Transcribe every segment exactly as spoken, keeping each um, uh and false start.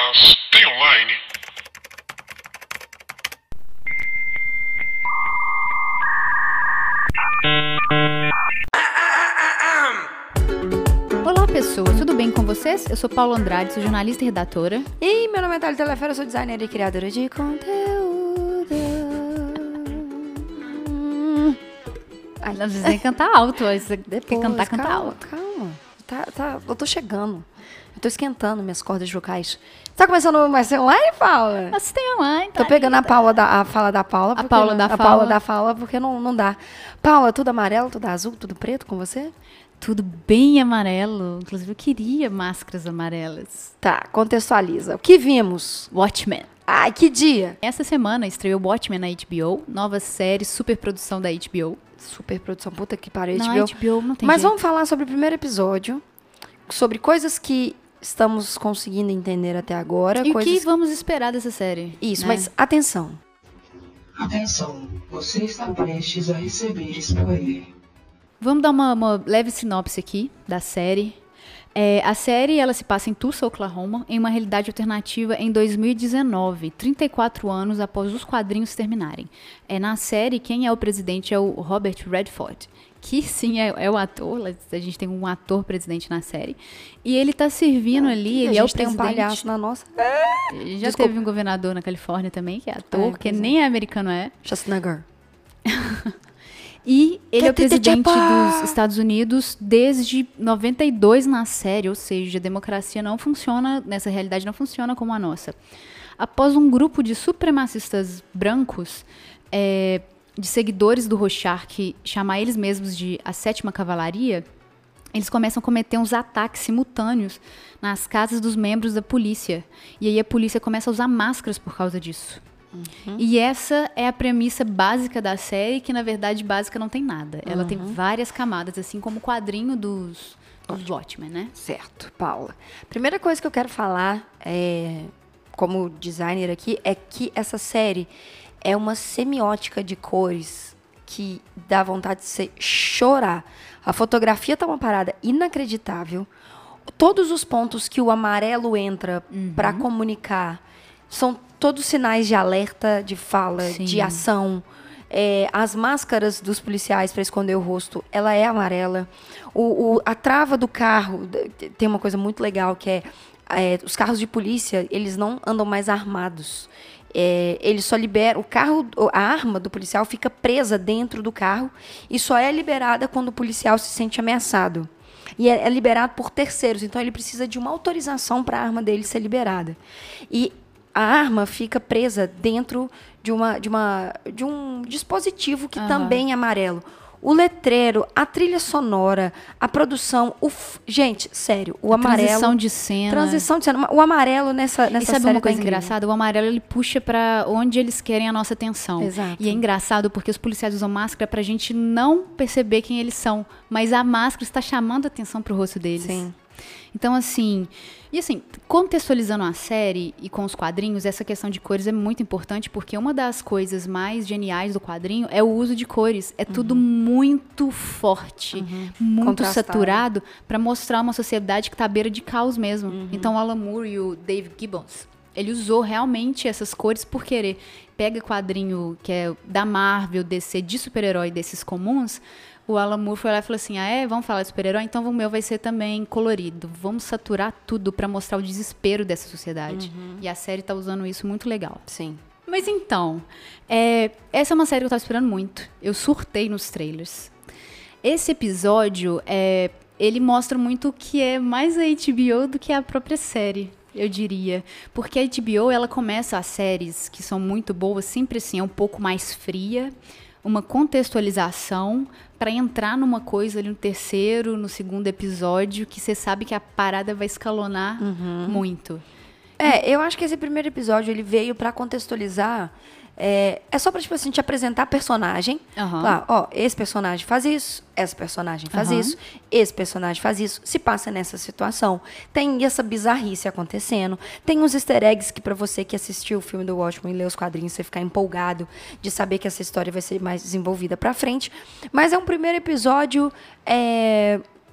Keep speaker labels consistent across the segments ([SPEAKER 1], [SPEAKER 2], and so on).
[SPEAKER 1] Mas tem online?
[SPEAKER 2] Olá pessoas, tudo bem com vocês? Eu sou Paula Andrade, sou jornalista e redatora.
[SPEAKER 3] E meu nome é Thalita Telefera, sou designer e criadora de conteúdo.
[SPEAKER 2] Ai, não precisa nem cantar alto, você
[SPEAKER 3] Depois,
[SPEAKER 2] quer cantar, canta
[SPEAKER 3] calma,
[SPEAKER 2] alto.
[SPEAKER 3] calma. Tá, tá, eu tô chegando. Eu tô esquentando minhas cordas vocais. Tá começando mais online, Paula?
[SPEAKER 2] Mas tem online,
[SPEAKER 3] Tô pegando a, Paula da, a fala da Paula.
[SPEAKER 2] A Paula
[SPEAKER 3] não,
[SPEAKER 2] da
[SPEAKER 3] a
[SPEAKER 2] fala.
[SPEAKER 3] Paula da fala, porque não, não dá. Paula, tudo amarelo, tudo azul, tudo preto com você?
[SPEAKER 2] Tudo bem amarelo, inclusive eu queria máscaras amarelas.
[SPEAKER 3] Tá, contextualiza. O que vimos?
[SPEAKER 2] Watchmen.
[SPEAKER 3] Ai, que dia!
[SPEAKER 2] Essa semana estreou Watchmen na H B O, nova série, super produção da H B O.
[SPEAKER 3] Super produção, puta que pariu.
[SPEAKER 2] Não,
[SPEAKER 3] H B O.
[SPEAKER 2] H B O não tem
[SPEAKER 3] Mas
[SPEAKER 2] jeito.
[SPEAKER 3] vamos falar sobre o primeiro episódio, sobre coisas que estamos conseguindo entender até agora.
[SPEAKER 2] E o
[SPEAKER 3] coisas
[SPEAKER 2] que vamos esperar dessa série?
[SPEAKER 3] Isso,
[SPEAKER 2] né?
[SPEAKER 3] mas atenção.
[SPEAKER 4] Atenção, você está prestes a receber spoiler.
[SPEAKER 2] Vamos dar uma, uma leve sinopse aqui da série. É, a série ela se passa em Tulsa, Oklahoma, em uma realidade alternativa em dois mil e dezenove, trinta e quatro anos após os quadrinhos terminarem. É, na série, quem é o presidente é o Robert Redford, que sim é, é o ator, a gente tem um ator presidente na série, e ele tá servindo ali,
[SPEAKER 3] E a
[SPEAKER 2] ele é o
[SPEAKER 3] gente tem um
[SPEAKER 2] presidente.
[SPEAKER 3] palhaço na nossa.
[SPEAKER 2] Já
[SPEAKER 3] Desculpa.
[SPEAKER 2] teve um governador na Califórnia também, que é ator,
[SPEAKER 3] É,
[SPEAKER 2] que
[SPEAKER 3] pois é.
[SPEAKER 2] nem é americano é.
[SPEAKER 3] Schwarzenegger.
[SPEAKER 2] E ele é o presidente
[SPEAKER 3] Tchá-tchá-tchá-pá!
[SPEAKER 2] dos Estados Unidos desde noventa e dois na série, ou seja, a democracia não funciona, nessa realidade não funciona como a nossa. Após um grupo de supremacistas brancos, é, de seguidores do Rorschach, chamar eles mesmos de a Sétima Cavalaria, eles começam a cometer uns ataques simultâneos nas casas dos membros da polícia. E aí a polícia começa a usar máscaras por causa disso. Uhum. E essa é a premissa básica da série, que na verdade básica não tem nada. Ela
[SPEAKER 3] Uhum.
[SPEAKER 2] tem várias camadas, assim como o quadrinho dos, dos Watchmen, né?
[SPEAKER 3] Certo, Paula. Primeira coisa que eu quero falar, é, como designer aqui, é que essa série é uma semiótica de cores que dá vontade de você chorar. A fotografia tá uma parada inacreditável. Todos os pontos que o amarelo entra
[SPEAKER 2] Uhum.
[SPEAKER 3] para comunicar são todos sinais de alerta, de fala,
[SPEAKER 2] Sim.
[SPEAKER 3] de ação. É, as máscaras dos policiais para esconder o rosto, ela é amarela. O, o- a trava do carro, d- tem uma coisa muito legal que é, é, os carros de polícia, eles não andam mais armados. É, eles só liberam, o carro, a arma do policial fica presa dentro do carro e só é liberada quando o policial se sente ameaçado. E é, é liberado por terceiros, então ele precisa de uma autorização para a arma dele ser liberada. E a arma fica presa dentro de, uma, de, uma, de um dispositivo que
[SPEAKER 2] Aham.
[SPEAKER 3] também é amarelo. O letreiro, a trilha sonora, a produção, o f... gente, sério, o amarelo.
[SPEAKER 2] Transição de cena.
[SPEAKER 3] Transição de cena. O amarelo nessa,
[SPEAKER 2] E
[SPEAKER 3] nessa
[SPEAKER 2] sabe
[SPEAKER 3] série
[SPEAKER 2] uma
[SPEAKER 3] tá
[SPEAKER 2] coisa
[SPEAKER 3] incrível.
[SPEAKER 2] engraçada? O amarelo ele puxa pra onde eles querem a nossa atenção.
[SPEAKER 3] Exato.
[SPEAKER 2] E é engraçado porque os policiais usam máscara pra gente não perceber quem eles são, mas a máscara está chamando a atenção pro rosto deles.
[SPEAKER 3] Sim.
[SPEAKER 2] Então, assim, e assim, contextualizando a série e com os quadrinhos, essa questão de cores é muito importante, porque uma das coisas mais geniais do quadrinho é o uso de cores. É tudo muito forte, muito
[SPEAKER 3] Contrastado.
[SPEAKER 2] saturado, para mostrar uma sociedade que está à beira de caos mesmo. Então, o Alan Moore e o Dave Gibbons, ele usou realmente essas cores por querer. Pega quadrinho que é da Marvel, D C, de super-herói desses comuns. O Alan Moore foi lá e falou assim, ah, é? Vamos falar de super-herói? Então o meu vai ser também colorido. Vamos saturar tudo pra mostrar o desespero dessa sociedade. E a série tá usando isso muito legal.
[SPEAKER 3] Sim.
[SPEAKER 2] Mas então, é, essa é uma série que eu tava esperando muito. Eu surtei nos trailers. Esse episódio, é, ele mostra muito o que é mais a H B O do que a própria série, eu diria. Porque a H B O, ela começa as séries que são muito boas, sempre assim, é um pouco mais fria, uma contextualização para entrar numa coisa ali no terceiro, no segundo episódio, que você sabe que a parada vai escalonar muito.
[SPEAKER 3] É, eu acho que esse primeiro episódio ele veio pra contextualizar. É, é só pra, tipo assim, te apresentar personagem.
[SPEAKER 2] Aham.
[SPEAKER 3] Lá, ó, esse personagem faz isso, essa personagem faz
[SPEAKER 2] Aham.
[SPEAKER 3] isso, esse personagem faz isso, se passa nessa situação. Tem essa bizarrice acontecendo. Tem uns easter eggs que pra você que assistiu o filme do Watchmen e lê os quadrinhos, você ficar empolgado de saber que essa história vai ser mais desenvolvida pra frente. Mas é um primeiro episódio é,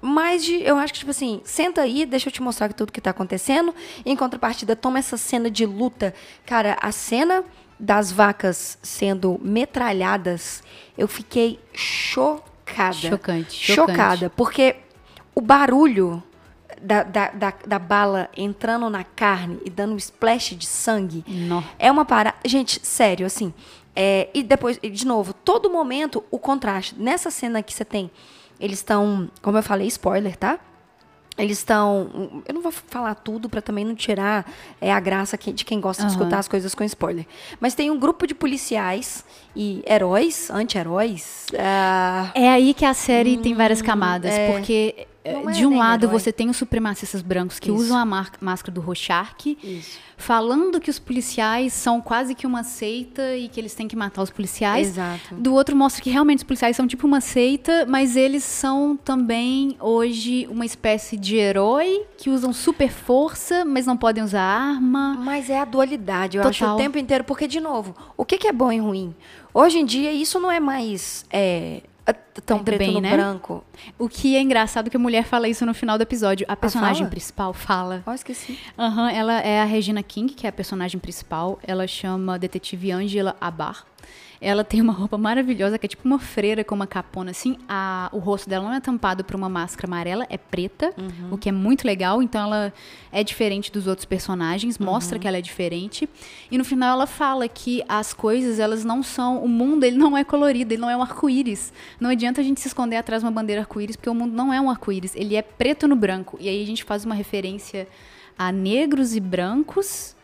[SPEAKER 3] mais de, eu acho que, tipo assim, senta aí, deixa eu te mostrar tudo que tá acontecendo. Em contrapartida, toma essa cena de luta. Cara, a cena das vacas sendo metralhadas, eu fiquei chocada.
[SPEAKER 2] Chocante.
[SPEAKER 3] Chocada,
[SPEAKER 2] chocante.
[SPEAKER 3] porque o barulho da, da, da, da bala entrando na carne e dando um splash de sangue
[SPEAKER 2] Nó.
[SPEAKER 3] é uma parada... Gente, sério, assim... É, e depois, de novo, todo momento, o contraste. Nessa cena que você tem, eles estão... Como eu falei, spoiler, tá? Eles estão... Eu não vou falar tudo para também não tirar é, a graça que, de quem gosta
[SPEAKER 2] Uhum.
[SPEAKER 3] de escutar as coisas com spoiler. Mas tem um grupo de policiais e heróis, anti-heróis... ah,
[SPEAKER 2] É aí que a série tem várias camadas,
[SPEAKER 3] é.
[SPEAKER 2] porque
[SPEAKER 3] Não é
[SPEAKER 2] de um
[SPEAKER 3] nem
[SPEAKER 2] lado
[SPEAKER 3] herói.
[SPEAKER 2] você tem os supremacistas brancos que
[SPEAKER 3] Isso.
[SPEAKER 2] usam a mar- máscara do Rorschach,
[SPEAKER 3] Isso.
[SPEAKER 2] falando que os policiais são quase que uma seita e que eles têm que matar os policiais.
[SPEAKER 3] Exato.
[SPEAKER 2] Do outro mostra que realmente os policiais são tipo uma seita, mas eles são também hoje uma espécie de herói que usam super força, mas não podem usar arma.
[SPEAKER 3] Mas é a dualidade, eu
[SPEAKER 2] Total.
[SPEAKER 3] acho, o tempo inteiro. Porque, de novo, o que, que é bom e ruim? Hoje em dia, isso não é mais é, tão
[SPEAKER 2] Ainda
[SPEAKER 3] preto
[SPEAKER 2] bem,
[SPEAKER 3] no
[SPEAKER 2] né?
[SPEAKER 3] branco.
[SPEAKER 2] O que é engraçado que a mulher fala isso no final do episódio. A personagem
[SPEAKER 3] fala?
[SPEAKER 2] principal fala.
[SPEAKER 3] Ó, esqueci.
[SPEAKER 2] Aham, ela é a Regina King, que é a personagem principal. Ela chama a detetive Angela Abar. Ela tem uma roupa maravilhosa, que é tipo uma freira com uma capona assim. A, o rosto dela não é tampado por uma máscara amarela, é preta, o que é muito legal. Então ela é diferente dos outros personagens, mostra que ela é diferente. E no final ela fala que as coisas, elas não são... O mundo, ele não é colorido, ele não é um arco-íris. Não adianta a gente se esconder atrás de uma bandeira arco-íris, porque o mundo não é um arco-íris, ele é preto no branco. E aí a gente faz uma referência a negros e brancos...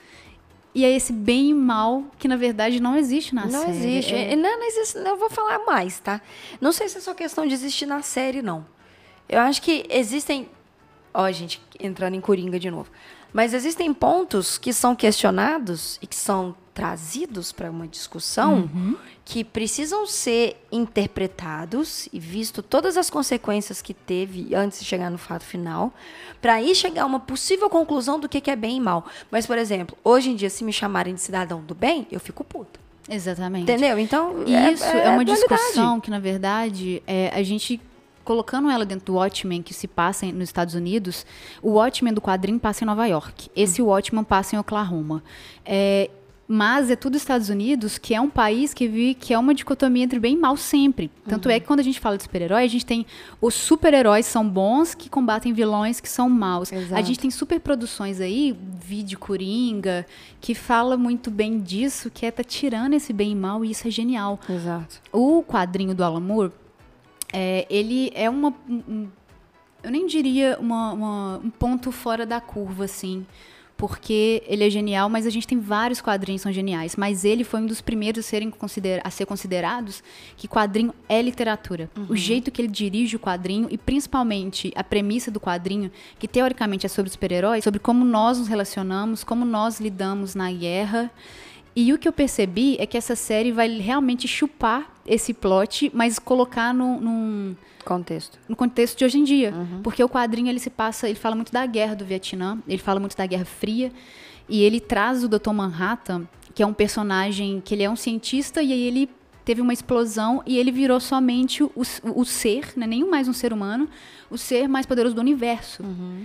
[SPEAKER 2] E é esse bem e mal que, na verdade, não existe na
[SPEAKER 3] Não
[SPEAKER 2] série.
[SPEAKER 3] existe.
[SPEAKER 2] É-
[SPEAKER 3] É, Não, não existe. Eu vou falar mais, tá? Não sei se é só questão de existir na série, não. Eu acho que existem... Ó, gente, entrando em Coringa de novo. Mas existem pontos que são questionados e que são trazidos para uma discussão que precisam ser interpretados e visto todas as consequências que teve antes de chegar no fato final, para aí chegar a uma possível conclusão do que que é bem e mal. Mas, por exemplo, hoje em dia, se me chamarem de cidadão do bem, eu fico puta.
[SPEAKER 2] Exatamente.
[SPEAKER 3] Entendeu? Então,
[SPEAKER 2] Isso é, uma
[SPEAKER 3] dualidade.
[SPEAKER 2] discussão que, na verdade, é, a gente... Colocando ela dentro do Watchmen, que se passa em- nos Estados Unidos, o Watchmen do quadrinho passa em Nova York. Esse Watchmen passa em Oklahoma. É, mas é tudo Estados Unidos, que é um país que vive, que é uma dicotomia entre bem e mal sempre. Tanto é que quando a gente fala de super-herói, a gente tem os super-heróis são bons que combatem vilões que são maus.
[SPEAKER 3] Exato.
[SPEAKER 2] A gente tem superproduções aí, vídeo Coringa, que fala muito bem disso, que é tá tirando esse bem e mal, e isso é genial.
[SPEAKER 3] Exato.
[SPEAKER 2] O quadrinho do Alan Moore, é, ele é uma... um- um- eu nem diria uma- uma- um ponto fora da curva, assim, porque ele é genial, mas a gente tem vários quadrinhos que são geniais, mas ele foi um dos primeiros a, serem considera- a ser considerados que quadrinho é literatura. O jeito que ele dirige o quadrinho, e principalmente a premissa do quadrinho, que teoricamente é sobre os super-heróis, sobre como nós nos relacionamos, como nós lidamos na guerra. E o que eu percebi é que essa série vai realmente chupar esse plot, mas colocar no, num,
[SPEAKER 3] Contexto.
[SPEAKER 2] no contexto de hoje em dia. Porque o quadrinho, ele se passa, ele fala muito da guerra do Vietnã, ele fala muito da Guerra Fria, e ele traz o doutor Manhattan, que é um personagem, que ele é um cientista, e aí ele teve uma explosão, e ele virou somente o, o ser, não é nem mais um ser humano, o ser mais poderoso do universo.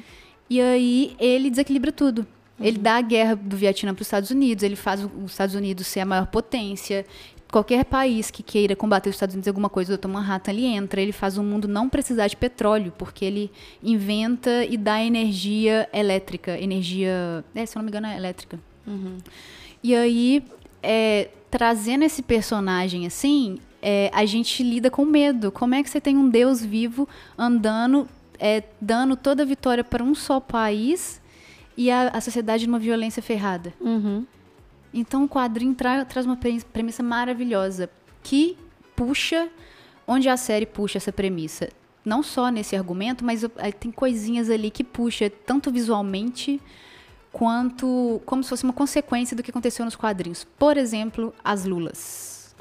[SPEAKER 2] E aí ele desequilibra tudo. Ele dá a guerra do Vietnã para os Estados Unidos, ele faz o- os Estados Unidos ser a maior potência. Qualquer país que queira combater os Estados Unidos em alguma coisa, o doutor Manhattan, ele entra, ele faz o mundo não precisar de petróleo, porque ele inventa e dá energia elétrica, energia, é, se eu não me engano é elétrica. E aí, é, trazendo esse personagem assim, é, a gente lida com medo. Como é que você tem um Deus vivo andando, é, dando toda a vitória para um só país e a, a sociedade numa violência ferrada? Então o quadrinho tra- traz uma pre- premissa maravilhosa que puxa onde a série puxa essa premissa. Não só nesse argumento, mas uh, tem coisinhas ali que puxa tanto visualmente quanto como se fosse uma consequência do que aconteceu nos quadrinhos. Por exemplo, as lulas.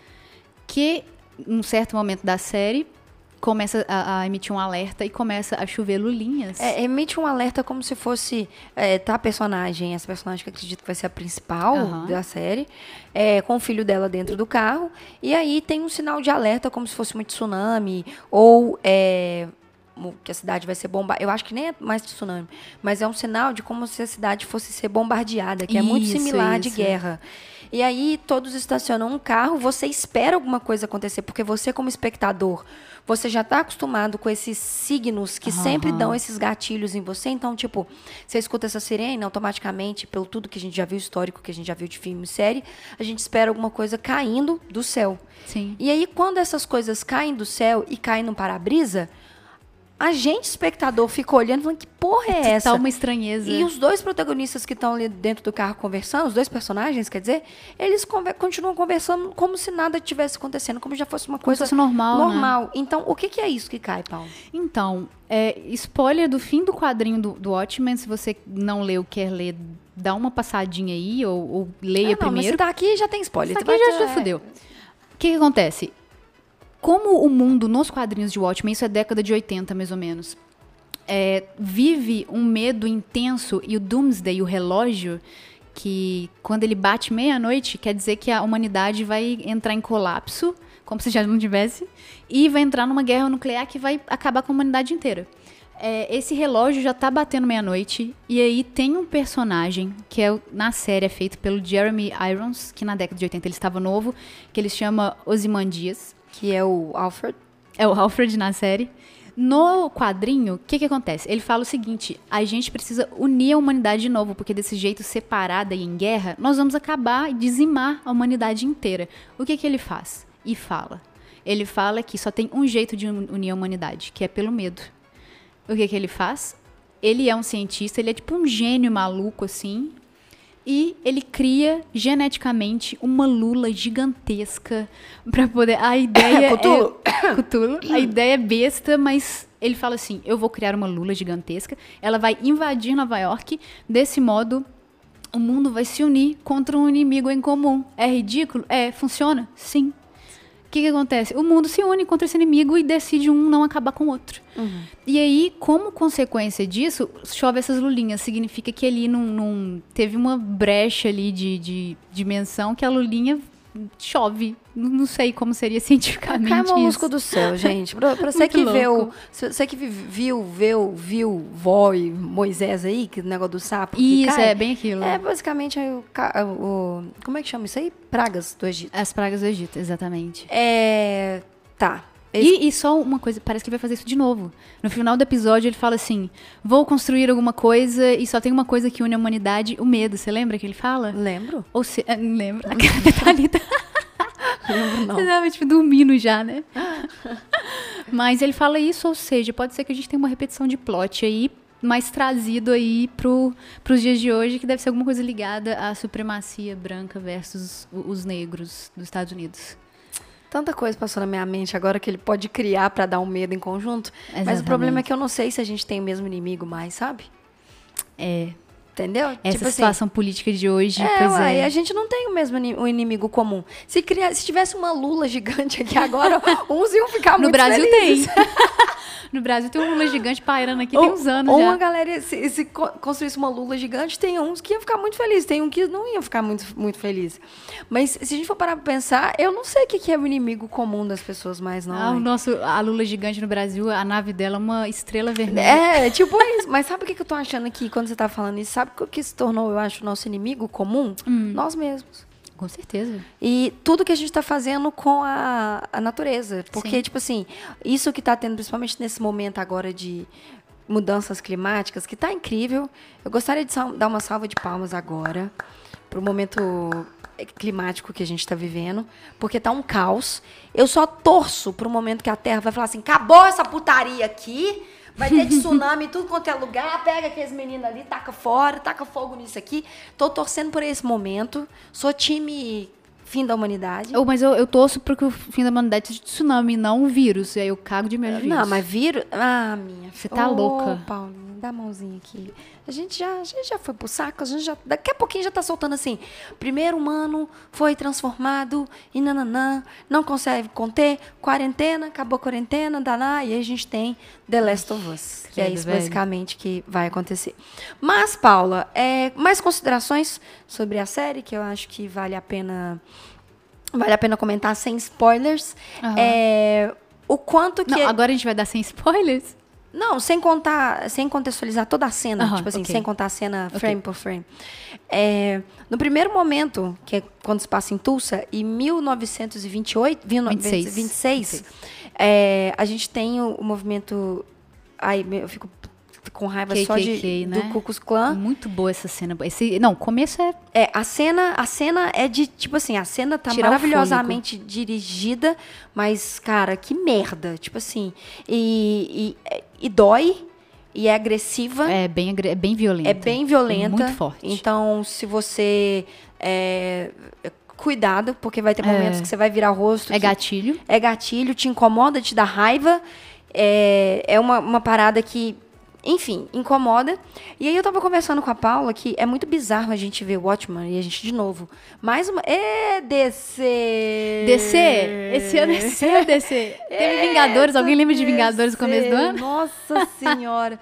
[SPEAKER 2] Que, em um certo momento da série, começa a, a emitir um alerta e começa a chover lulinhas.
[SPEAKER 3] É, emite um alerta como se fosse é, tá a personagem, essa personagem que eu acredito que vai ser a principal
[SPEAKER 2] Aham.
[SPEAKER 3] da série, é, com o filho dela dentro do carro, e aí tem um sinal de alerta como se fosse uma tsunami, ou é, que a cidade vai ser bombardeada. Eu acho que nem é mais tsunami, mas é um sinal de como se a cidade fosse ser bombardeada, que é muito
[SPEAKER 2] Isso,
[SPEAKER 3] similar
[SPEAKER 2] isso.
[SPEAKER 3] de guerra. E aí todos estacionam um carro, você espera alguma coisa acontecer, porque você como espectador, você já está acostumado com esses signos que
[SPEAKER 2] Aham.
[SPEAKER 3] sempre dão esses gatilhos em você. Então, tipo, você escuta essa sirene, automaticamente, pelo tudo que a gente já viu, histórico que a gente já viu de filme e série, a gente espera alguma coisa caindo do céu.
[SPEAKER 2] Sim.
[SPEAKER 3] E aí, quando essas coisas caem do céu e caem no para-brisa, a gente, espectador, fica olhando e falando, que porra é essa?
[SPEAKER 2] Tá uma estranheza.
[SPEAKER 3] E os dois protagonistas que estão ali dentro do carro conversando, os dois personagens, quer dizer, eles conver- continuam conversando como se nada tivesse acontecendo, como já fosse uma
[SPEAKER 2] Como se
[SPEAKER 3] coisa
[SPEAKER 2] fosse normal, né?
[SPEAKER 3] normal. Então, o que, que é isso que cai, Paulo?
[SPEAKER 2] Então, é, spoiler do fim do quadrinho do, do Watchmen, se você não leu, quer ler, dá uma passadinha aí, ou, ou leia
[SPEAKER 3] Ah, não,
[SPEAKER 2] primeiro.
[SPEAKER 3] mas se tá aqui, já tem spoiler.
[SPEAKER 2] Isso
[SPEAKER 3] Você
[SPEAKER 2] aqui
[SPEAKER 3] vai
[SPEAKER 2] já,
[SPEAKER 3] ter-
[SPEAKER 2] já fudeu. O que, que acontece? Como o mundo nos quadrinhos de Watchmen, isso é década de oitenta, mais ou menos, é, vive um medo intenso, e o Doomsday, o relógio, que quando ele bate meia-noite, quer dizer que a humanidade vai entrar em colapso, como se já não tivesse, e vai entrar numa guerra nuclear que vai acabar com a humanidade inteira. É, esse relógio já tá batendo meia-noite, e aí tem um personagem, que é, na série é feito pelo Jeremy Irons, que na década de oitenta ele estava novo, que ele chama Ozymandias.
[SPEAKER 3] Que é o Alfred.
[SPEAKER 2] É o Alfred na série. No quadrinho, o que que acontece? Ele fala o seguinte, a gente precisa unir a humanidade de novo, porque desse jeito separada e em guerra, nós vamos acabar e dizimar a humanidade inteira. O que que ele faz? E fala. Ele fala que só tem um jeito de unir a humanidade, que é pelo medo. O que que ele faz? Ele é um cientista, ele é tipo um gênio maluco, assim, e ele cria geneticamente uma lula gigantesca para poder... A ideia
[SPEAKER 3] Cthulhu.
[SPEAKER 2] é... Cthulhu. A ideia é besta, mas ele fala assim, eu vou criar uma lula gigantesca, ela vai invadir Nova York, desse modo o mundo vai se unir contra um inimigo em comum. É ridículo? É. Funciona? Sim. O que que acontece? O mundo se une contra esse inimigo e decide um não acabar com o outro.
[SPEAKER 3] Uhum.
[SPEAKER 2] E aí, como consequência disso, chove essas lulinhas. Significa que ali não, não teve uma brecha ali de, de dimensão que a lulinha chove. Não, não sei como seria cientificamente
[SPEAKER 3] Cai
[SPEAKER 2] isso.
[SPEAKER 3] molusco do céu, gente. Pra, pra você
[SPEAKER 2] Muito
[SPEAKER 3] que vê o,
[SPEAKER 2] louco.
[SPEAKER 3] você que vi- viu, viu, viu vó e Moisés aí, que o negócio do sapo que
[SPEAKER 2] Isso,
[SPEAKER 3] cai,
[SPEAKER 2] é bem aquilo.
[SPEAKER 3] é basicamente o, ca- o... Como é que chama isso aí? Pragas do Egito.
[SPEAKER 2] As pragas do Egito, exatamente.
[SPEAKER 3] É... Tá. Esse-
[SPEAKER 2] E, e só uma coisa, parece que ele vai fazer isso de novo. No final do episódio, ele fala assim: vou construir alguma coisa e só tem uma coisa que une a humanidade, o medo. Você lembra que ele fala?
[SPEAKER 3] Lembro?
[SPEAKER 2] Ou se... ah, não lembro. A cara da Thalita.
[SPEAKER 3] Lembro, não.
[SPEAKER 2] Você tava, tipo, dormindo já, né? Mas ele fala isso, ou seja, pode ser que a gente tenha uma repetição de plot aí, mais trazido aí pro, pros dias de hoje, que deve ser alguma coisa ligada à supremacia branca versus o- os negros dos Estados Unidos.
[SPEAKER 3] Tanta coisa passou na minha mente agora que ele pode criar pra dar um medo em conjunto. Mas o
[SPEAKER 2] Exatamente.
[SPEAKER 3] problema é que eu não sei se a gente tem o mesmo inimigo mais, sabe?
[SPEAKER 2] É,
[SPEAKER 3] Entendeu?
[SPEAKER 2] essa
[SPEAKER 3] Tipo assim,
[SPEAKER 2] situação política de hoje,
[SPEAKER 3] É,
[SPEAKER 2] pois
[SPEAKER 3] uai,
[SPEAKER 2] é.
[SPEAKER 3] a gente não tem o mesmo ini- o inimigo comum. Se, criar, se tivesse uma lula gigante aqui agora, uns iam ficar
[SPEAKER 2] No
[SPEAKER 3] muito
[SPEAKER 2] Brasil
[SPEAKER 3] felizes.
[SPEAKER 2] tem. No Brasil tem um lula gigante pairando aqui, tem uns anos
[SPEAKER 3] ou
[SPEAKER 2] já.
[SPEAKER 3] uma galera, se, se co- construísse uma lula gigante, tem uns que iam ficar muito felizes, tem um que não iam ficar muito, muito felizes. Mas se a gente for parar pra pensar, eu não sei o que que é o inimigo comum das pessoas mais, não.
[SPEAKER 2] Ah, o
[SPEAKER 3] hein?
[SPEAKER 2] nosso, a lula gigante no Brasil, a nave dela é uma estrela vermelha.
[SPEAKER 3] É, tipo isso. Mas sabe o que que eu tô achando aqui quando você tá falando isso? Sabe o que se tornou, eu acho, o nosso inimigo comum?
[SPEAKER 2] Hum.
[SPEAKER 3] Nós mesmos.
[SPEAKER 2] Com certeza.
[SPEAKER 3] E tudo que a gente está fazendo com a, a natureza. Porque,
[SPEAKER 2] Sim.
[SPEAKER 3] tipo assim, isso que está tendo, principalmente nesse momento agora de mudanças climáticas, que está incrível. Eu gostaria de sal- dar uma salva de palmas agora para o momento climático que a gente está vivendo, porque tá um caos. Eu só torço para o momento que a Terra vai falar assim, acabou essa putaria aqui, vai ter tsunami em tudo quanto é lugar, pega aqueles meninos ali, taca fora, taca fogo nisso aqui. Tô torcendo por esse momento. Sou time fim da humanidade.
[SPEAKER 2] Eu, mas eu, eu torço para que o fim da humanidade seja de tsunami, não um vírus. E aí eu cago de medo de vírus.
[SPEAKER 3] Não, mas vírus... Ah, minha
[SPEAKER 2] Você tá louca.
[SPEAKER 3] Ô, Paulinho, dá a mãozinha aqui. A gente, já, a gente já foi pro saco, a gente já... Daqui a pouquinho já tá soltando assim. Primeiro humano foi transformado e nananã, não consegue conter, quarentena, acabou a quarentena, daná, e aí a gente tem The Last of Us. Que é
[SPEAKER 2] Credo,
[SPEAKER 3] isso
[SPEAKER 2] velho.
[SPEAKER 3] basicamente que vai acontecer. Mas, Paula, é, mais considerações sobre a série, que eu acho que vale a pena... Vale a pena comentar sem spoilers.
[SPEAKER 2] Aham.
[SPEAKER 3] É, o quanto que...
[SPEAKER 2] Não, agora a gente vai dar sem spoilers?
[SPEAKER 3] Não, sem contar, sem contextualizar toda a cena,
[SPEAKER 2] Aham,
[SPEAKER 3] tipo assim,
[SPEAKER 2] ok.
[SPEAKER 3] sem contar a cena
[SPEAKER 2] Ok.
[SPEAKER 3] frame por frame. É, no primeiro momento, que é quando se passa em Tulsa, em mil novecentos e vinte e oito, mil novecentos e vinte e seis, é, a gente tem o, o movimento... Ai, eu fico, fico com raiva só de,
[SPEAKER 2] K K K, né?
[SPEAKER 3] do Ku Klux Klan.
[SPEAKER 2] Muito boa essa cena. Esse, não, o começo é...
[SPEAKER 3] É, a cena, a cena é de, tipo assim, a cena tá
[SPEAKER 2] Tirar o
[SPEAKER 3] maravilhosamente dirigida, mas, cara, que merda. Tipo assim, e, e, e dói, e é agressiva, é,
[SPEAKER 2] É bem, agre- é bem violenta.
[SPEAKER 3] bem violenta.
[SPEAKER 2] Muito forte.
[SPEAKER 3] Então, se você... É, cuidado, porque vai ter momentos que você vai virar rosto.
[SPEAKER 2] É
[SPEAKER 3] que
[SPEAKER 2] gatilho.
[SPEAKER 3] É gatilho, te incomoda, te dá raiva. É, é uma, uma parada que... Enfim, incomoda. E aí eu tava conversando com a Paula que é muito bizarro a gente ver Watchmen e a gente, de novo, mais uma... É, D C!
[SPEAKER 2] D C? Esse ano é D C, D C. Teve Vingadores, alguém lembra de Vingadores no começo do ano?
[SPEAKER 3] Nossa Senhora!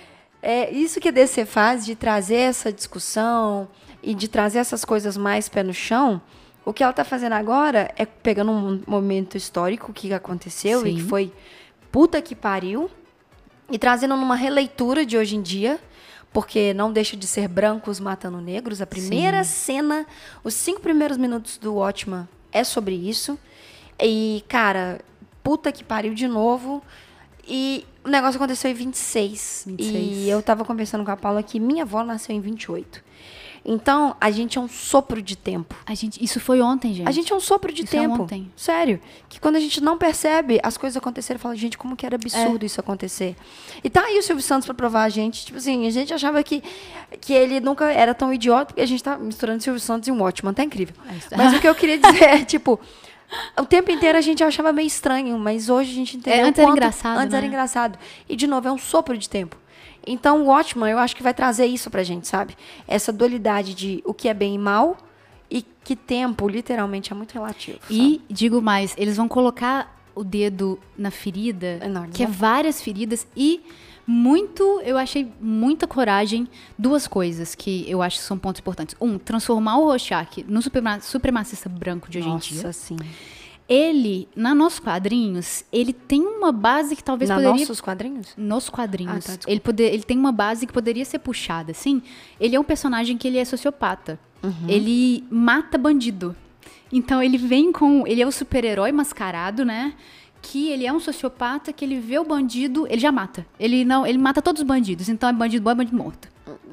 [SPEAKER 3] É isso que a D C faz, de trazer essa discussão e de trazer essas coisas mais pé no chão. O que ela tá fazendo agora é pegando um momento histórico que aconteceu e
[SPEAKER 2] Sim.
[SPEAKER 3] que foi puta que pariu, e trazendo numa releitura de hoje em dia, porque não deixa de ser brancos matando negros. A primeira cena, os cinco primeiros minutos do Watchmen é sobre isso. E, cara, puta que pariu de novo. E o negócio aconteceu em vinte e seis.
[SPEAKER 2] vinte e seis.
[SPEAKER 3] E eu tava conversando com a Paula que minha avó nasceu em vinte e oito. Então, a gente é um sopro de tempo.
[SPEAKER 2] A gente, isso foi ontem, gente.
[SPEAKER 3] A gente é um sopro de
[SPEAKER 2] Isso é
[SPEAKER 3] tempo.
[SPEAKER 2] ontem.
[SPEAKER 3] Sério. Que quando a gente não percebe as coisas acontecerem, fala, gente, como que era absurdo isso acontecer. E tá aí o Silvio Santos pra provar a gente. Tipo assim, a gente achava que, que ele nunca era tão idiota, porque a gente tá misturando Silvio Santos e um Watchmen. Tá incrível.
[SPEAKER 2] É isso.
[SPEAKER 3] Mas o que eu queria dizer é, tipo, o tempo inteiro a gente achava meio estranho, mas hoje a gente entendeu
[SPEAKER 2] É, antes
[SPEAKER 3] o
[SPEAKER 2] era
[SPEAKER 3] quanto-
[SPEAKER 2] engraçado,
[SPEAKER 3] Antes era
[SPEAKER 2] né?
[SPEAKER 3] engraçado. E, de novo, é um sopro de tempo. Então, o Watchmen, eu acho que vai trazer isso pra gente, sabe? Essa dualidade de o que é bem e mal e que tempo, literalmente, é muito relativo.
[SPEAKER 2] E, digo mais, eles vão colocar o dedo na ferida,
[SPEAKER 3] Enorme,
[SPEAKER 2] que é
[SPEAKER 3] né?
[SPEAKER 2] várias feridas, e muito, eu achei muita coragem, duas coisas que eu acho que são pontos importantes. Um, transformar o Rorschach no suprema- supremacista branco de hoje
[SPEAKER 3] Nossa,
[SPEAKER 2] em dia.
[SPEAKER 3] sim.
[SPEAKER 2] Ele, na nossos quadrinhos, ele tem uma base que talvez
[SPEAKER 3] Na
[SPEAKER 2] poderia...
[SPEAKER 3] nossos quadrinhos?
[SPEAKER 2] Nos quadrinhos.
[SPEAKER 3] Ah, tá, desculpa.
[SPEAKER 2] ele, poder, ele tem uma base que poderia ser puxada, assim. Ele é um personagem que ele é sociopata.
[SPEAKER 3] Uhum.
[SPEAKER 2] Ele mata bandido. Então, ele vem com... Ele é o super-herói mascarado, né? Que ele é um sociopata, que ele vê o bandido, ele já mata. Ele não, ele mata todos os bandidos. Então, é bandido bom, é bandido morto.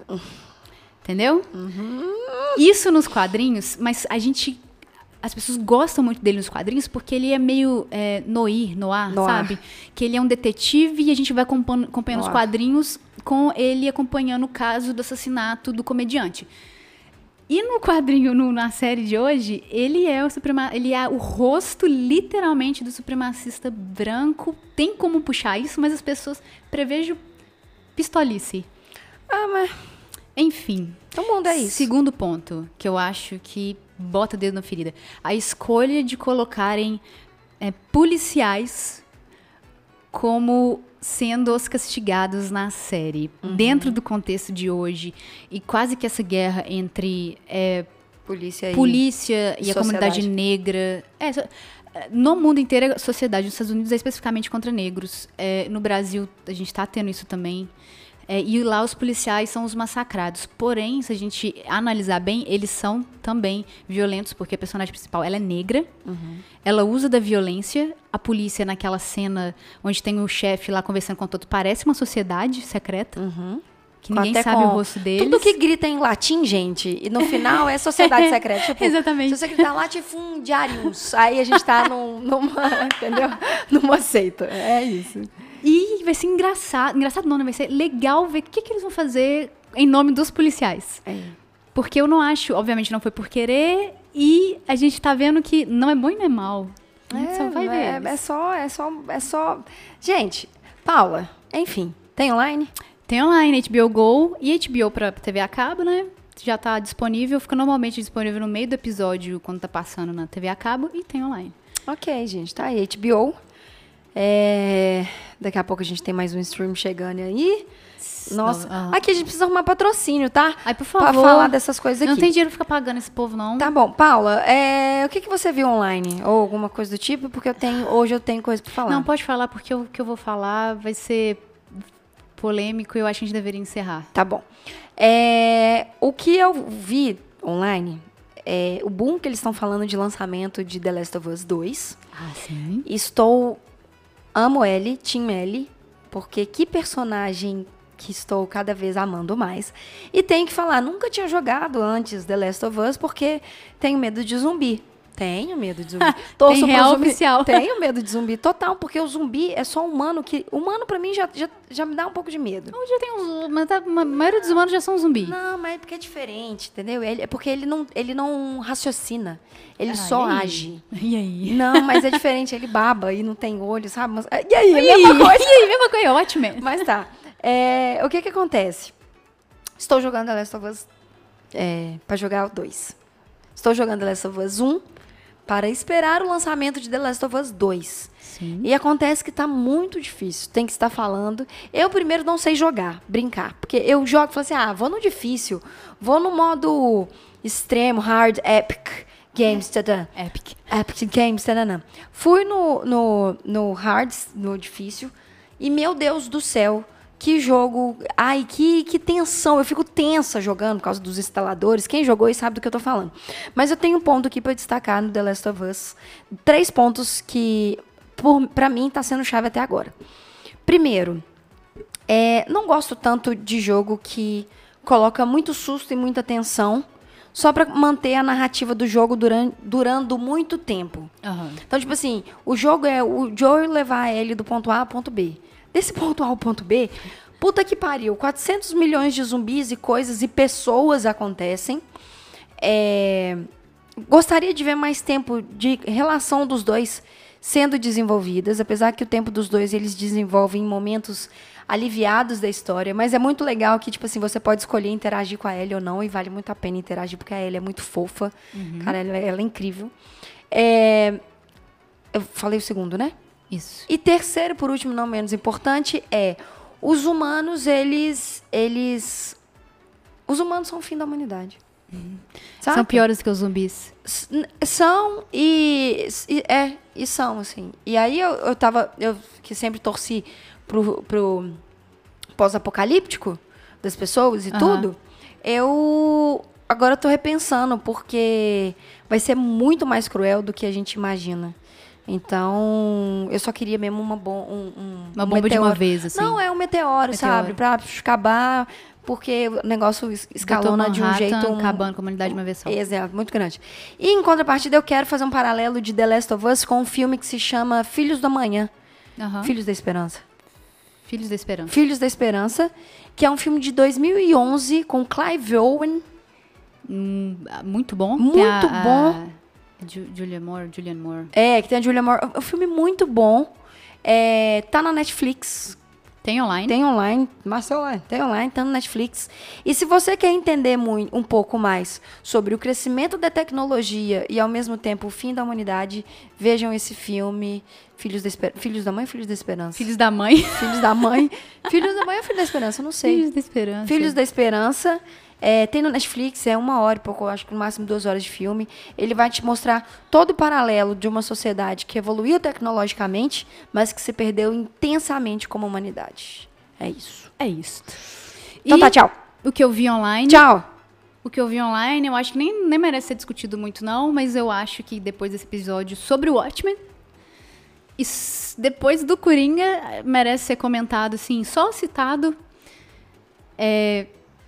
[SPEAKER 2] Entendeu? Isso nos quadrinhos, mas a gente... As pessoas gostam muito dele nos quadrinhos porque ele é meio é, noir, noir,
[SPEAKER 3] Noir.
[SPEAKER 2] sabe? Que ele é um detetive e a gente vai acompanhando, acompanhando os
[SPEAKER 3] Noir.
[SPEAKER 2] quadrinhos com ele acompanhando o caso do assassinato do comediante. E no quadrinho, no- na série de hoje, ele é o suprema, ele é o rosto, literalmente, do supremacista branco. Tem como puxar isso, mas as pessoas prevejo pistolice.
[SPEAKER 3] Ah, mas
[SPEAKER 2] Enfim.
[SPEAKER 3] o mundo é isso.
[SPEAKER 2] Segundo ponto, que eu acho que bota o dedo na ferida. A escolha de colocarem é, policiais como sendo os castigados na série.
[SPEAKER 3] Uhum.
[SPEAKER 2] Dentro do contexto de hoje. E quase que essa guerra entre é,
[SPEAKER 3] Polícia aí.
[SPEAKER 2] polícia e a
[SPEAKER 3] sociedade.
[SPEAKER 2] comunidade negra. É, so- no mundo inteiro, a sociedade, nos Estados Unidos, é especificamente contra negros. É, no Brasil, a gente está tendo isso também. É, e lá os policiais são os massacrados. Porém, se a gente analisar bem, eles são também violentos, porque a personagem principal ela é negra, ela usa da violência. A polícia, naquela cena onde tem o chefe lá conversando com todo, parece uma sociedade secreta, que ninguém
[SPEAKER 3] Até
[SPEAKER 2] sabe
[SPEAKER 3] com
[SPEAKER 2] o rosto deles.
[SPEAKER 3] Tudo que grita em latim, gente, e no final é sociedade secreta. Tipo,
[SPEAKER 2] Exatamente.
[SPEAKER 3] se você gritar latifundiarius, aí a gente tá num, numa, entendeu? Numa seita. É isso.
[SPEAKER 2] E vai ser engraçado, engraçado não, né? Vai ser legal ver o que, que eles vão fazer em nome dos policiais.
[SPEAKER 3] É.
[SPEAKER 2] Porque eu não acho, obviamente não foi por querer, e a gente tá vendo que não é bom e não é mal. A gente só vai ver.
[SPEAKER 3] é,
[SPEAKER 2] eles.
[SPEAKER 3] é só, é só, é só... Gente, Paula, enfim, tem online?
[SPEAKER 2] Tem online, H B O Go e H B O pra T V a cabo, né? Já tá disponível, fica normalmente disponível no meio do episódio, quando tá passando na T V a cabo, e tem online.
[SPEAKER 3] Ok, gente, tá aí, H B O. É, daqui a pouco a gente tem mais um stream chegando aí. Nossa,
[SPEAKER 2] Ah.
[SPEAKER 3] aqui a gente precisa arrumar patrocínio, tá?
[SPEAKER 2] Ai, por
[SPEAKER 3] Pra
[SPEAKER 2] favor.
[SPEAKER 3] falar dessas coisas
[SPEAKER 2] Eu
[SPEAKER 3] aqui.
[SPEAKER 2] não tenho dinheiro pra ficar pagando esse povo, não.
[SPEAKER 3] Tá bom, Paula, é, o que, que você viu online? Ou alguma coisa do tipo? Porque eu tenho, hoje eu tenho coisa pra falar.
[SPEAKER 2] Não, pode falar, porque o que eu vou falar vai ser polêmico e eu acho que a gente deveria encerrar.
[SPEAKER 3] Tá bom. É, o que eu vi online, é o boom que eles estão falando de lançamento de The Last of Us dois.
[SPEAKER 2] Ah, sim.
[SPEAKER 3] Estou... Amo Ellie, Team Ellie, porque que personagem que estou cada vez amando mais. E tenho que falar, nunca tinha jogado antes The Last of Us, porque tenho medo de zumbi. Tenho medo de zumbi. Torço
[SPEAKER 2] Tem
[SPEAKER 3] pro
[SPEAKER 2] real
[SPEAKER 3] zumbi.
[SPEAKER 2] oficial.
[SPEAKER 3] Tenho medo de zumbi total, porque o zumbi é só humano que... Humano, pra mim, já, já, já me dá um pouco de medo.
[SPEAKER 2] Hoje tem uns... Mas a maioria dos humanos já são zumbi.
[SPEAKER 3] Não, mas é porque é diferente, entendeu? Ele, é porque ele não, ele não raciocina. Ele
[SPEAKER 2] Ah,
[SPEAKER 3] só
[SPEAKER 2] e aí?
[SPEAKER 3] age.
[SPEAKER 2] E aí?
[SPEAKER 3] Não, mas é diferente. Ele baba e não tem olho, sabe? Mas, e aí?
[SPEAKER 2] E
[SPEAKER 3] É a
[SPEAKER 2] aí?
[SPEAKER 3] mesma coisa.
[SPEAKER 2] E aí? Mesma coisa, ótimo.
[SPEAKER 3] Mas tá. É, o que que acontece? Estou jogando The Last of Us é, para jogar o dois. Estou jogando The Last of Us um para esperar o lançamento de The Last of Us dois.
[SPEAKER 2] Sim.
[SPEAKER 3] E acontece que tá muito difícil. Tem que estar falando. Eu primeiro não sei jogar, brincar. Porque eu jogo e falo assim, ah, vou no difícil. Vou no modo extremo, hard, epic games, tadã.
[SPEAKER 2] Epic.
[SPEAKER 3] Epic Games, tananã. Fui no, no, no hard, no difícil. E, meu Deus do céu, que jogo... Ai, que, que tensão. Eu fico tensa jogando por causa dos instaladores. Quem jogou aí sabe do que eu tô falando. Mas eu tenho um ponto aqui para destacar no The Last of Us. Três pontos que, por, pra mim, tá sendo chave até agora. Primeiro, é, não gosto tanto de jogo que coloca muito susto e muita tensão só para manter a narrativa do jogo durante, durando muito tempo.
[SPEAKER 2] Aham.
[SPEAKER 3] Então, tipo assim, o jogo é o Joel levar ele do ponto A ao ponto B. Desse ponto A ao ponto B, puta que pariu, quatrocentos milhões de zumbis e coisas e pessoas acontecem. É, gostaria de ver mais tempo de relação dos dois sendo desenvolvidas, apesar que o tempo dos dois eles desenvolvem em momentos aliviados da história, mas é muito legal que, tipo assim, você pode escolher interagir com a Ellie ou não, e vale muito a pena interagir, porque a Ellie é muito fofa. Uhum. Cara, ela, ela é incrível. É, eu falei o segundo, né?
[SPEAKER 2] Isso.
[SPEAKER 3] E terceiro, por último, não menos importante, é os humanos, eles... eles os humanos são o fim da humanidade.
[SPEAKER 2] Uhum.
[SPEAKER 3] Sabe?
[SPEAKER 2] São piores que os zumbis.
[SPEAKER 3] S- São e, e... É, e são, assim. E aí eu, eu tava... Eu que sempre torci pro, pro pós-apocalíptico das pessoas e
[SPEAKER 2] Uhum.
[SPEAKER 3] tudo, eu agora tô repensando, porque vai ser muito mais cruel do que a gente imagina. Então, eu só queria mesmo uma, bom, um, um,
[SPEAKER 2] Uma
[SPEAKER 3] um
[SPEAKER 2] bomba de
[SPEAKER 3] meteoro.
[SPEAKER 2] uma vez, assim.
[SPEAKER 3] Não, é um meteoro,
[SPEAKER 2] Meteoro.
[SPEAKER 3] sabe? Pra acabar, porque o negócio es- escalona de um
[SPEAKER 2] Manhattan,
[SPEAKER 3] jeito... Um,
[SPEAKER 2] acabando com a humanidade de uma vez só.
[SPEAKER 3] Exato, muito grande. E, em contrapartida, eu quero fazer um paralelo de The Last of Us com um filme que se chama Filhos da Manhã.
[SPEAKER 2] Aham.
[SPEAKER 3] Filhos da Esperança.
[SPEAKER 2] Filhos da Esperança.
[SPEAKER 3] Filhos da Esperança, que é um filme de dois mil e onze com Clive Owen.
[SPEAKER 2] Hum, muito bom.
[SPEAKER 3] Muito
[SPEAKER 2] Tem a-
[SPEAKER 3] bom.
[SPEAKER 2] a Ju- Julianne Moore, Julianne Moore.
[SPEAKER 3] É, que tem a Julia Moore. É um filme muito bom. É, tá na Netflix.
[SPEAKER 2] Tem online.
[SPEAKER 3] Tem online. Mas online. Tem online, tá no Netflix. E se você quer entender muito, um pouco mais sobre o crescimento da tecnologia e, ao mesmo tempo, o fim da humanidade, vejam esse filme, Filhos da, Esper... Filhos da Mãe ou Filhos da Esperança?
[SPEAKER 2] Filhos da Mãe.
[SPEAKER 3] Filhos da Mãe. Filhos da Mãe ou Filhos da Esperança? Eu não sei.
[SPEAKER 2] Filhos da Esperança.
[SPEAKER 3] Filhos da Esperança. É, tem no Netflix, é uma hora e pouco, eu acho que no máximo duas horas de filme. Ele vai te mostrar todo o paralelo de uma sociedade que evoluiu tecnologicamente, mas que se perdeu intensamente como humanidade. É isso.
[SPEAKER 2] É isso.
[SPEAKER 3] Então
[SPEAKER 2] E
[SPEAKER 3] tá, tchau.
[SPEAKER 2] o que eu vi online...
[SPEAKER 3] Tchau.
[SPEAKER 2] O que eu vi online, eu acho que nem, nem merece ser discutido muito, não. Mas eu acho que depois desse episódio sobre o Watchmen... E s- depois do Coringa, merece ser comentado, assim, só citado... É...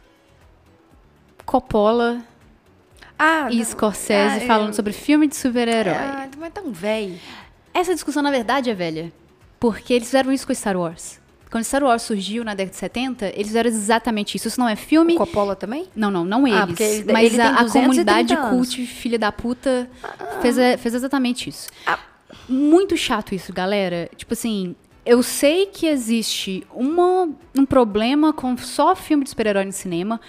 [SPEAKER 2] Coppola
[SPEAKER 3] Ah,
[SPEAKER 2] e Scorsese
[SPEAKER 3] ah,
[SPEAKER 2] falando
[SPEAKER 3] eu-
[SPEAKER 2] sobre filme de super-herói.
[SPEAKER 3] Ah, mas tão velho.
[SPEAKER 2] Essa discussão, na verdade, é velha. Porque eles fizeram isso com Star Wars. Quando Star Wars surgiu na década de setenta, eles fizeram exatamente isso. Isso não é filme...
[SPEAKER 3] O Coppola também?
[SPEAKER 2] Não, não, não eles.
[SPEAKER 3] Ah, porque ele-
[SPEAKER 2] mas
[SPEAKER 3] ele tem
[SPEAKER 2] a, a
[SPEAKER 3] duzentos e
[SPEAKER 2] comunidade
[SPEAKER 3] trinta anos.
[SPEAKER 2] cult, filha da puta, fez, a- fez exatamente isso.
[SPEAKER 3] Ah.
[SPEAKER 2] Muito chato isso, galera. Tipo assim, eu sei que existe uma, um problema com só filme de super-herói no cinema,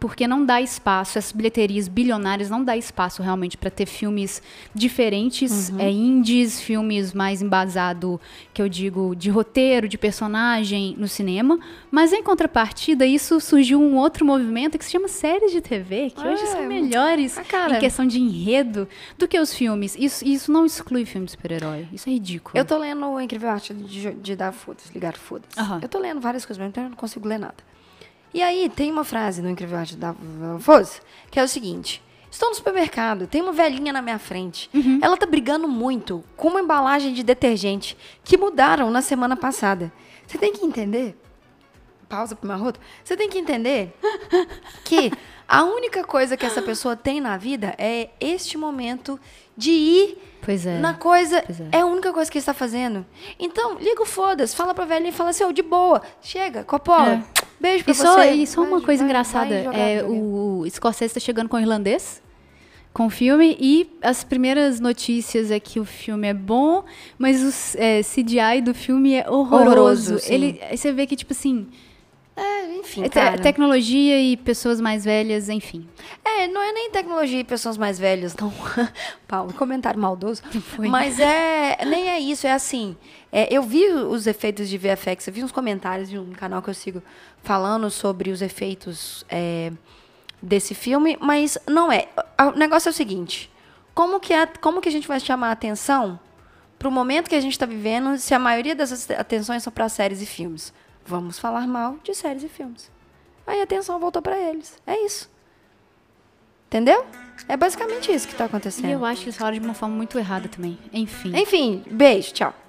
[SPEAKER 2] porque não dá espaço, essas bilheterias bilionárias não dá espaço realmente para ter filmes diferentes,
[SPEAKER 3] Uhum.
[SPEAKER 2] é, indies, filmes mais embasado, que eu digo, de roteiro, de personagem no cinema. Mas em contrapartida, isso surgiu um outro movimento que se chama séries de T V, que hoje
[SPEAKER 3] É,
[SPEAKER 2] são melhores
[SPEAKER 3] ah, cara.
[SPEAKER 2] em questão de enredo do que os filmes. Isso, isso não exclui filme de super-herói. Isso é ridículo.
[SPEAKER 3] Eu tô lendo o Incrível Arte de, de dar foda-se, ligar foda-se.
[SPEAKER 2] Aham.
[SPEAKER 3] Eu tô lendo várias coisas, mas então eu não consigo ler nada. E aí, tem uma frase no Incrível Arte da foda-se, que é o seguinte: estou no supermercado, tem uma velhinha na minha frente.
[SPEAKER 2] Uhum.
[SPEAKER 3] Ela tá brigando muito com uma embalagem de detergente que mudaram na semana passada. Você tem que entender... Pausa pro meu arroto. Você tem que entender que a única coisa que essa pessoa tem na vida é este momento de ir
[SPEAKER 2] Pois é.
[SPEAKER 3] na coisa.
[SPEAKER 2] Pois é.
[SPEAKER 3] É. a única coisa que ele está fazendo. Então, liga o foda-se, fala pra velhinha e fala assim, ô, de boa, chega, Coppola,
[SPEAKER 2] É.
[SPEAKER 3] beijo pra
[SPEAKER 2] E só,
[SPEAKER 3] você.
[SPEAKER 2] e só uma
[SPEAKER 3] Vai-
[SPEAKER 2] coisa
[SPEAKER 3] vai-
[SPEAKER 2] engraçada,
[SPEAKER 3] vai jogar
[SPEAKER 2] é,
[SPEAKER 3] videogame.
[SPEAKER 2] o Scorsese tá chegando com o irlandês, com o filme, e as primeiras notícias é que o filme é bom, mas o é, C G I do filme é horroroso.
[SPEAKER 3] Horroroso, sim.
[SPEAKER 2] Ele, aí você vê que, tipo assim,
[SPEAKER 3] É, enfim,
[SPEAKER 2] é te-
[SPEAKER 3] cara.
[SPEAKER 2] tecnologia e pessoas mais velhas, enfim.
[SPEAKER 3] É, não é nem tecnologia e pessoas mais velhas, não. Paulo, comentário maldoso.
[SPEAKER 2] Foi.
[SPEAKER 3] Mas é, nem é isso, é assim. é, eu vi os efeitos de V F X, eu vi uns comentários de um canal que eu sigo falando sobre os efeitos é, desse filme, mas não é. O negócio é o seguinte: como que, é, como que a gente vai chamar a atenção para o momento que a gente está vivendo se a maioria dessas atenções são para séries e filmes? Vamos falar mal de séries e filmes. Aí a atenção voltou para eles. É isso. Entendeu? É basicamente isso que está acontecendo.
[SPEAKER 2] E eu acho que eles falaram de uma forma muito errada também. Enfim.
[SPEAKER 3] Enfim, beijo, tchau.